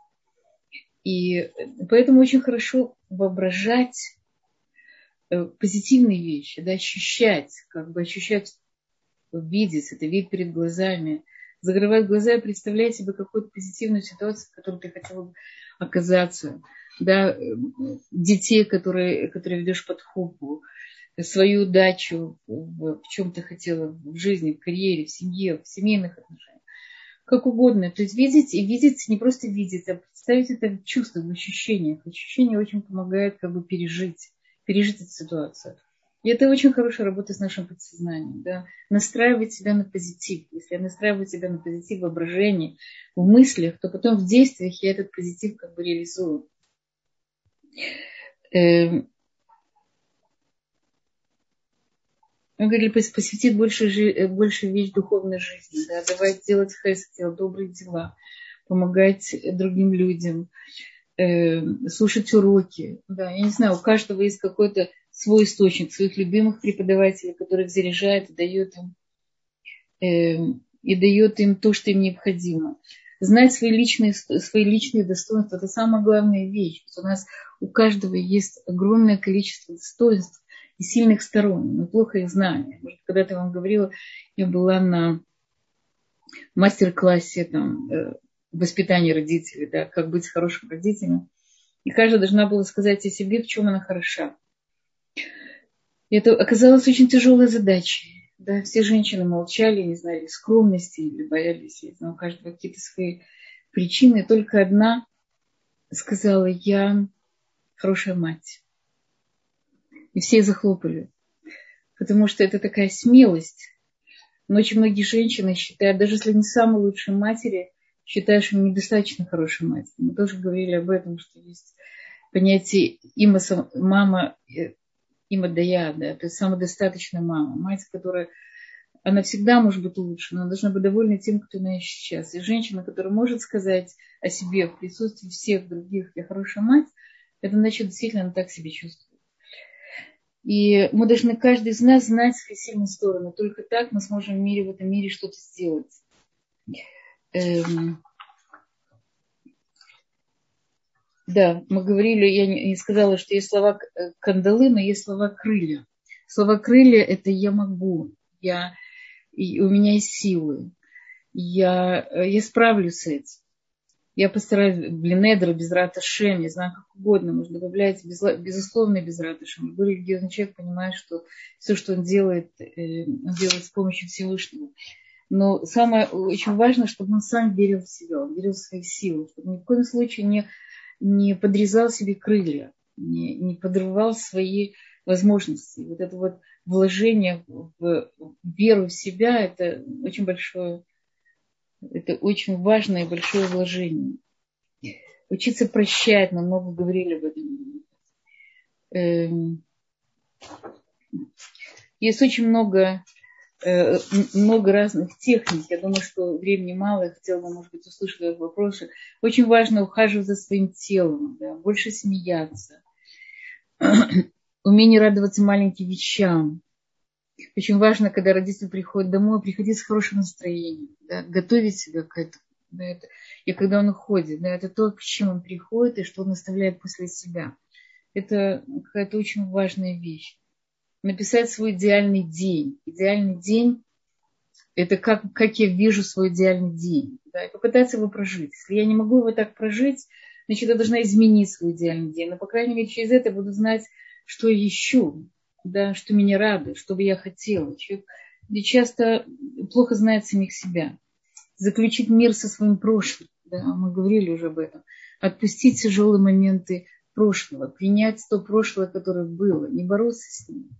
И поэтому очень хорошо воображать позитивные вещи, да, ощущать, как бы ощущать, видеть, это вид перед глазами, закрывать глаза и представлять себе какую-то позитивную ситуацию, в которой ты хотела бы оказаться, да, детей, которые, которые ведешь под хупу, свою удачу в, в чем ты хотела в жизни, в карьере, в семье, в семейных отношениях, как угодно. То есть видеть и видеть, не просто видеть, а представить это в чувствах, в ощущениях. Ощущения очень помогают как бы пережить, пережить эту ситуацию. И это очень хорошая работа с нашим подсознанием. Да? Настраивать себя на позитив. Если я настраиваю себя на позитив в воображении, в мыслях, то потом в действиях я этот позитив как бы реализую. Мы говорили, посвятить больше, больше вещь духовной жизни. Да? Давай делать хесед, делать добрые дела, помогать другим людям, э, слушать уроки. Да? Я не знаю, у каждого есть какой-то свой источник, своих любимых преподавателей, которых заряжает и дает им, э, и дает им то, что им необходимо. Знать свои личные, свои личные достоинства – это самая главная вещь. У нас у каждого есть огромное количество достоинств. и сильных сторон. Мы плохо их знаем. Может, когда-то я вам говорила, я была на мастер-классе там, э, воспитания родителей, да, как быть хорошим родителем. И каждая должна была сказать о себе, в чем она хороша. И это оказалось очень тяжелой задачей. Да, все женщины молчали, не знали скромности или боялись, я знаю, у каждого какие-то свои причины. Только одна сказала: я хорошая мать. И все захлопали. Потому что это такая смелость. Но очень многие женщины считают, даже если не самые лучшие матери, считают, что они недостаточно хорошая мать. Мы тоже говорили об этом, что есть понятие има, мама, има дая, да, то есть самодостаточная мама. Мать, которая, она всегда может быть лучше, но она должна быть довольна тем, кто она есть сейчас. И женщина, которая может сказать о себе в присутствии всех других: я хорошая мать, это значит, действительно она так себя чувствует. И мы должны, каждый из нас, знать свои сильные стороны. Только так мы сможем в мире, в этом мире что-то сделать. Эм... Да, мы говорили, я не сказала, что есть слова кандалы, но есть слова крылья. Слова крылья – это я могу, я, и у меня есть силы, я, я справлюсь с этим. Я постараюсь, блинедра, безрат Ашем, не знаю, как угодно, можно добавлять безусловно безрат Ашем. Любой религиозный человек понимает, что все, что он делает, он делает с помощью Всевышнего. Но самое очень важно, чтобы он сам верил в себя, он верил в свои силы, чтобы ни в коем случае не, не подрезал себе крылья, не, не подрывал свои возможности. Вот это вот вложение в веру в себя, это очень большое. Это очень важное и большое вложение. Учиться прощать, мы много говорили об этом. Есть очень много, много разных техник. Я думаю, что времени мало. Я хотела бы, может быть, услышать ваши вопросы. Очень важно ухаживать за своим телом, да, больше смеяться. Умение радоваться маленьким вещам. Очень важно, когда родители приходят домой, приходить с хорошим настроением, да, готовить себя к этому. Да, это, и когда он уходит, да, это то, к чему он приходит и что он оставляет после себя. Это какая-то очень важная вещь. Написать свой идеальный день. Идеальный день – это как, как я вижу свой идеальный день. Да, и попытаться его прожить. Если я не могу его так прожить, значит, я должна изменить свой идеальный день. Но, по крайней мере, через это я буду знать, что я ищу. Да, что меня радует, что бы я хотела. Человек часто плохо знает самих себя. Заключить мир со своим прошлым. Да, мы говорили уже об этом. Отпустить тяжелые моменты прошлого. Принять то прошлое, которое было. Не бороться с ним.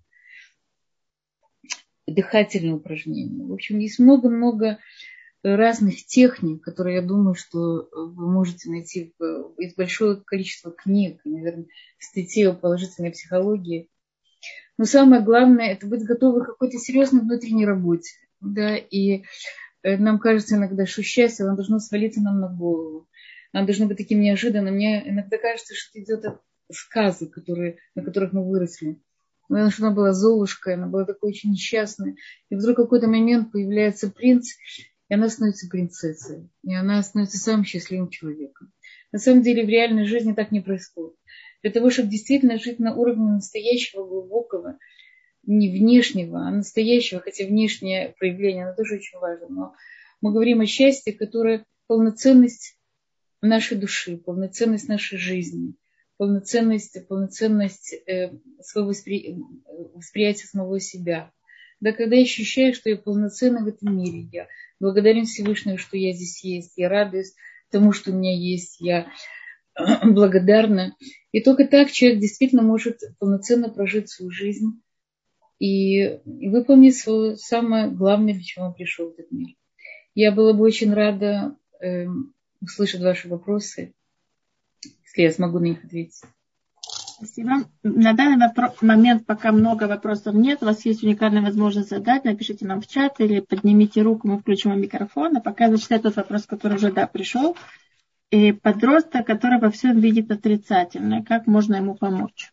Дыхательные упражнения. В общем, есть много-много разных техник, которые, я думаю, что вы можете найти из большого количества книг, наверное, статей о положительной психологии. Но самое главное – это быть готовы к какой-то серьезной внутренней работе. Да? И нам кажется иногда, что счастье, оно должно свалиться нам на голову. Оно должно быть таким неожиданным. Мне иногда кажется, что это идет от сказок, которые, на которых мы выросли. Потому что она была Золушка, она была такой очень несчастной. И вдруг в какой-то момент появляется принц, и она становится принцессой. И она становится самым счастливым человеком. На самом деле в реальной жизни так не происходит. Для того, чтобы действительно жить на уровне настоящего, глубокого, не внешнего, а настоящего, хотя внешнее проявление, оно тоже очень важно. Но мы говорим о счастье, которое полноценность нашей души, полноценность нашей жизни, полноценность, полноценность э, своего воспри... восприятия самого себя. Да, когда я ощущаю, что я полноценна в этом мире, я благодарен Всевышнему, что я здесь есть, я радуюсь тому, что у меня есть, я благодарна. И только так человек действительно может полноценно прожить свою жизнь и выполнить свое самое главное, для чего он пришел в этот мир. Я была бы очень рада э, услышать ваши вопросы, если я смогу на них ответить. Спасибо. На данный момент пока много вопросов нет. У вас есть уникальная возможность задать. Напишите нам в чат или поднимите руку, мы включим вам микрофон. А пока я зачитаю тот вопрос, который уже да, пришел. И подросток, который во всем видит отрицательное. Как можно ему помочь?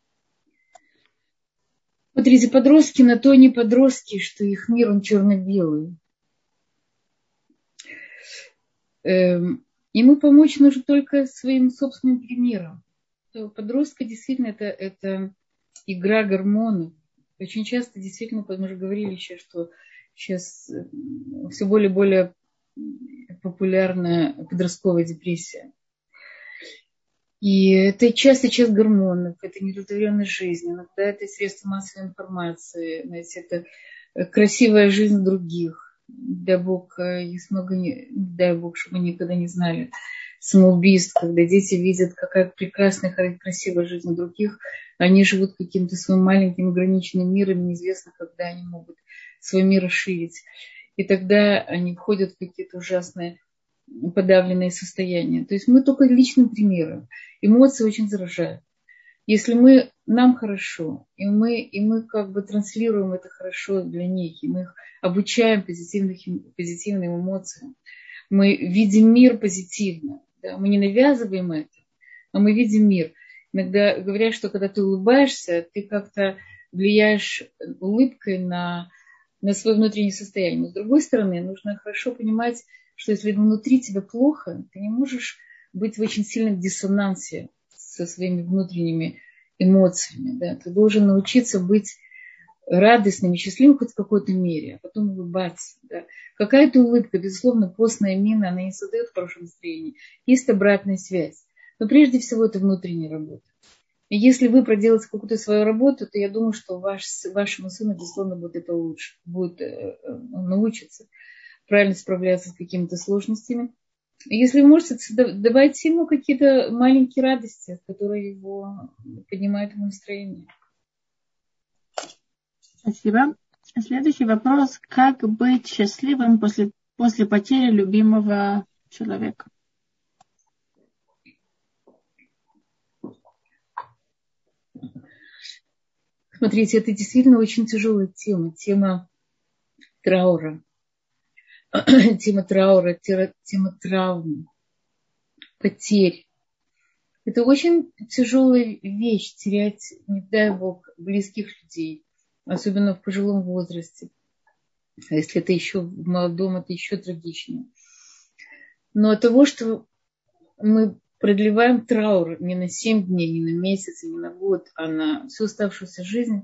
Смотрите, подростки на то не подростки, что их мир, он черно-белый. Эм, ему помочь нужно только своим собственным примером. Подростка действительно это, это игра гормонов. Очень часто действительно, мы же говорили сейчас, что сейчас все более и более популярна подростковая депрессия. И это часто часть гормонов, это неудовлетворенность жизни, иногда это средства массовой информации, знаете, это красивая жизнь других. Дай Бог, есть много, не, дай Бог, чтобы мы никогда не знали самоубийств, когда дети видят, какая прекрасная, красивая жизнь других, они живут каким-то своим маленьким ограниченным миром, неизвестно, когда они могут свой мир расширить. И тогда они входят в какие-то ужасные подавленные состояния. То есть мы только личным примером. Эмоции очень заражают. Если мы, нам хорошо, и мы, и мы как бы транслируем это хорошо для них, и мы их обучаем позитивных, позитивным эмоциям, мы видим мир позитивно, да? Мы не навязываем это, но мы видим мир. Иногда говорят, что когда ты улыбаешься, ты как-то влияешь улыбкой на, на свое внутреннее состояние. Но с другой стороны, нужно хорошо понимать, что если внутри тебя плохо, ты не можешь быть в очень сильном диссонансе со своими внутренними эмоциями. Да? Ты должен научиться быть радостным и счастливым хоть в какой-то мере, а потом улыбаться. Да? Какая-то улыбка, безусловно, постная мина, она не создает хорошего настроения. Есть обратная связь. Но прежде всего это внутренняя работа. И если вы проделаете какую-то свою работу, то я думаю, что ваш, вашему сыну, безусловно, будет это лучше. Будет э, научиться правильно справляться с какими-то сложностями. И если вы можете, давайте ему какие-то маленькие радости, которые его поднимают в настроение. Спасибо. Следующий вопрос. Как быть счастливым после, после потери любимого человека? Смотрите, это действительно очень тяжелая тема. Тема траура. Тема траура, тема травм, потерь. Это очень тяжелая вещь, терять, не дай Бог, близких людей, особенно в пожилом возрасте. А если это еще в молодом, это еще трагичнее. Но от того, что мы продлеваем траур не на семь дней, не на месяц, не на год, а на всю оставшуюся жизнь,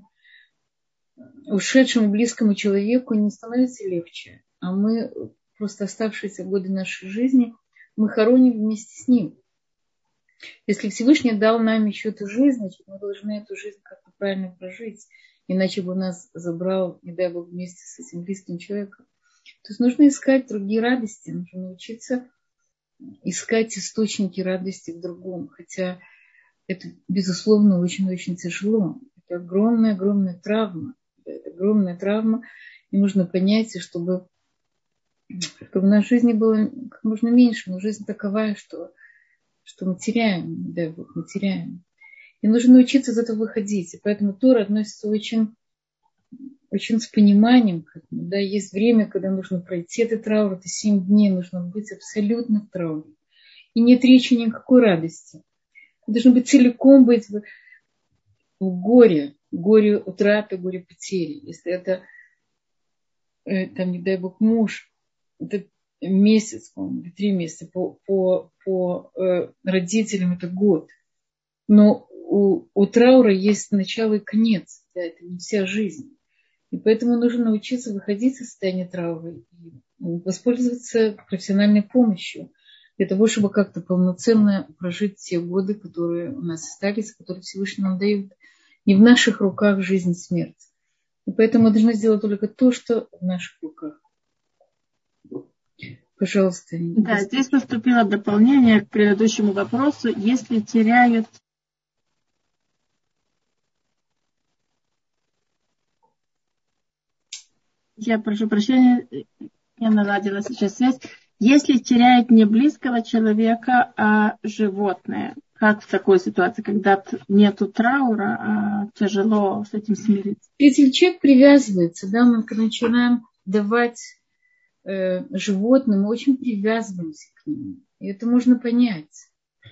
ушедшему близкому человеку не становится легче. А мы просто оставшиеся годы нашей жизни, мы хороним вместе с ним. Если Всевышний дал нам еще эту жизнь, значит, мы должны эту жизнь как-то правильно прожить. Иначе бы нас забрал, не дай Бог, вместе с этим близким человеком. То есть нужно искать другие радости, нужно научиться искать источники радости в другом. Хотя это, безусловно, очень-очень тяжело. Это огромная-огромная травма. Это огромная травма. И нужно понять, чтобы, чтобы в нашей жизни было как можно меньше. Но жизнь такова, что, что мы теряем, дай Бог, мы теряем. И нужно научиться из этого выходить. И поэтому Тора относится очень, очень с пониманием к этому. Да, есть время, когда нужно пройти этот траур. Это семь дней. Нужно быть абсолютно в трауре. И нет речи ни о какой радости. Должно быть целиком быть в, в горе. Горе утраты, горе потери. Если это, там, не дай Бог, муж, это месяц, по-моему, три месяца. По, по, по э, родителям это год. Но у, у траура есть начало и конец. Да, это не вся жизнь. И поэтому нужно научиться выходить из состояния траура и воспользоваться профессиональной помощью для того, чтобы как-то полноценно прожить те годы, которые у нас остались, которые Всевышний нам дает. Не в наших руках жизнь и смерть. И поэтому мы должны сделать только то, что в наших руках. Пожалуйста. Да, здесь поступило дополнение к предыдущему вопросу. Если теряют... Я прошу прощения, я наладила сейчас связь. Если теряют не близкого человека, а животное, как в такой ситуации, когда нету траура, а тяжело с этим смириться? Если человек привязывается, да, мы когда начинаем давать э, животным, мы очень привязываемся к ним. И это можно понять.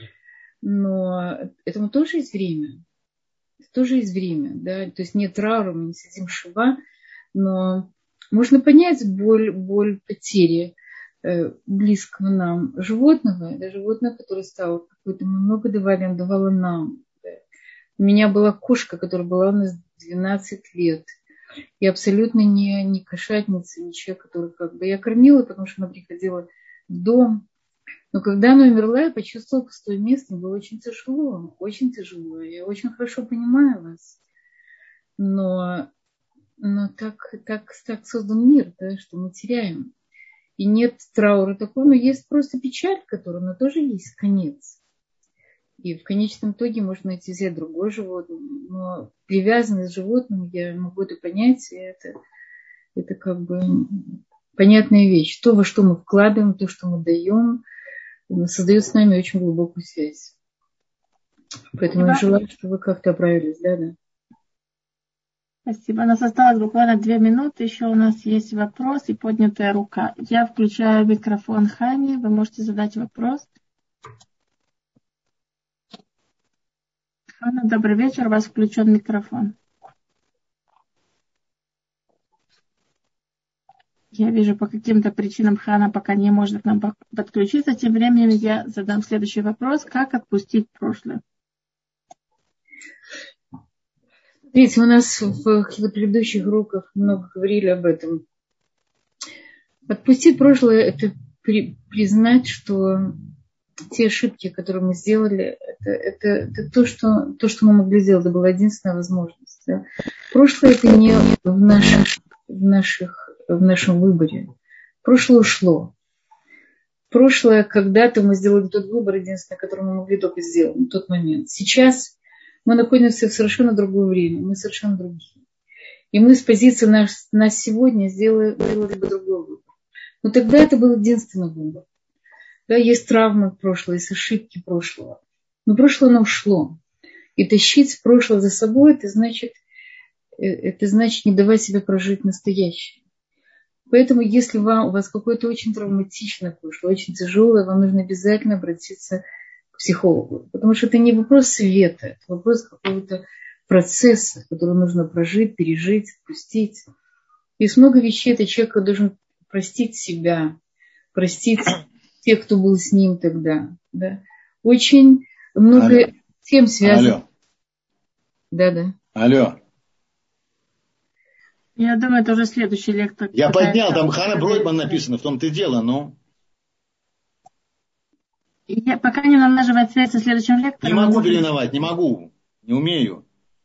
Но этому тоже есть время. Это тоже есть время, да. То есть нет траура, мы не сидим шива, но можно понять боль, боль потери э, близкого нам животного, да, животное, которое стало какое-то, мы много давали, он давало нам. Да. У меня была кошка, которая была у нас двенадцать лет. И абсолютно не, не кошатница, не человек, который как бы... Я кормила, потому что она приходила в дом. Но когда она умерла, я почувствовала пустое место. Мне было очень тяжело, очень тяжело. Я очень хорошо понимаю вас. Но, но так, так, так создан мир, да, что мы теряем. И нет траура такого, но есть просто печаль, которая, но тоже есть конец. И в конечном итоге можно найти взять другое животное. Но привязанность к животным, я могу это понять, и это, это как бы понятная вещь. То, во что мы вкладываем, то, что мы даем, создает с нами очень глубокую связь. Поэтому Спасибо. я желаю, чтобы вы как-то оправились. Да, да. Спасибо. У нас осталось буквально две минуты. Еще у нас есть вопрос и поднятая рука. Я включаю микрофон Хани. Вы можете задать вопрос. Хана, добрый вечер. У вас включен микрофон. Я вижу, по каким-то причинам Хана пока не может к нам подключиться. Тем временем я задам следующий вопрос. Как отпустить прошлое? Видите, у нас в каких-то предыдущих уроках много говорили об этом. Отпустить прошлое – это при, признать, что те ошибки, которые мы сделали, это, это, это то, что, то, что мы могли сделать. Это была единственная возможность. Да? Прошлое – это не в, наших, в, наших, в нашем выборе. Прошлое ушло. Прошлое, когда-то мы сделали тот выбор, единственный, который мы могли только сделать в тот момент. Сейчас мы находимся в совершенно другое время, мы совершенно другие. И мы с позиции нас, нас сегодня сделали, сделали бы другой выбор. Но тогда это был единственный выбор. Да, есть травмы прошлого, есть ошибки прошлого. Но прошлое оно ушло. И тащить прошлое за собой, это значит, это значит не давать себе прожить настоящее. Поэтому, если вам, у вас какое-то очень травматичное прошлое, очень тяжелое, вам нужно обязательно обратиться к психологу. Потому что это не вопрос света, это вопрос какого-то процесса, который нужно прожить, пережить, отпустить. Есть много вещей, это человек должен простить себя, простить тех, кто был с ним тогда. Да? Очень много Алло. Тем связано. Алло. Да-да. Алло. Я думаю, это уже следующий лектор. Я поднял, там Хана Бройдман написано, в том-то и дело, ну. Я пока не налаживает связь со следующим лектором. Не могу переименовать, не могу, не умею.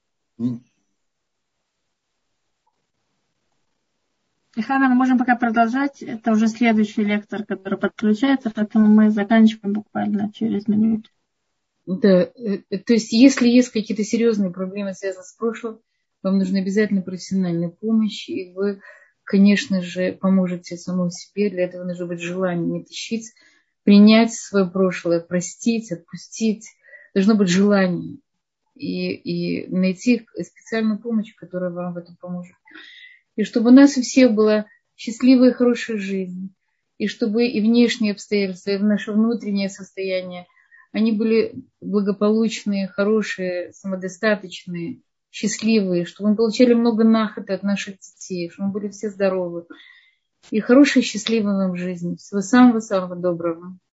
Хана, мы можем пока продолжать. Это уже следующий лектор, который подключается, поэтому мы заканчиваем буквально через минуту. Да, то есть если есть какие-то серьезные проблемы, связанные с прошлым, вам нужна обязательно профессиональная помощь, и вы, конечно же, поможете самому себе. Для этого нужно быть желание не тащить, принять свое прошлое, простить, отпустить. Должно быть желание. И, и найти специальную помощь, которая вам в этом поможет. И чтобы у нас у всех была счастливая и хорошая жизнь. И чтобы и внешние обстоятельства, и наше внутреннее состояние, они были благополучные, хорошие, самодостаточные, счастливые, чтобы мы получали много нахота от наших детей, чтобы мы были все здоровы. И хорошей, счастливой вам жизни. Всего самого-самого доброго.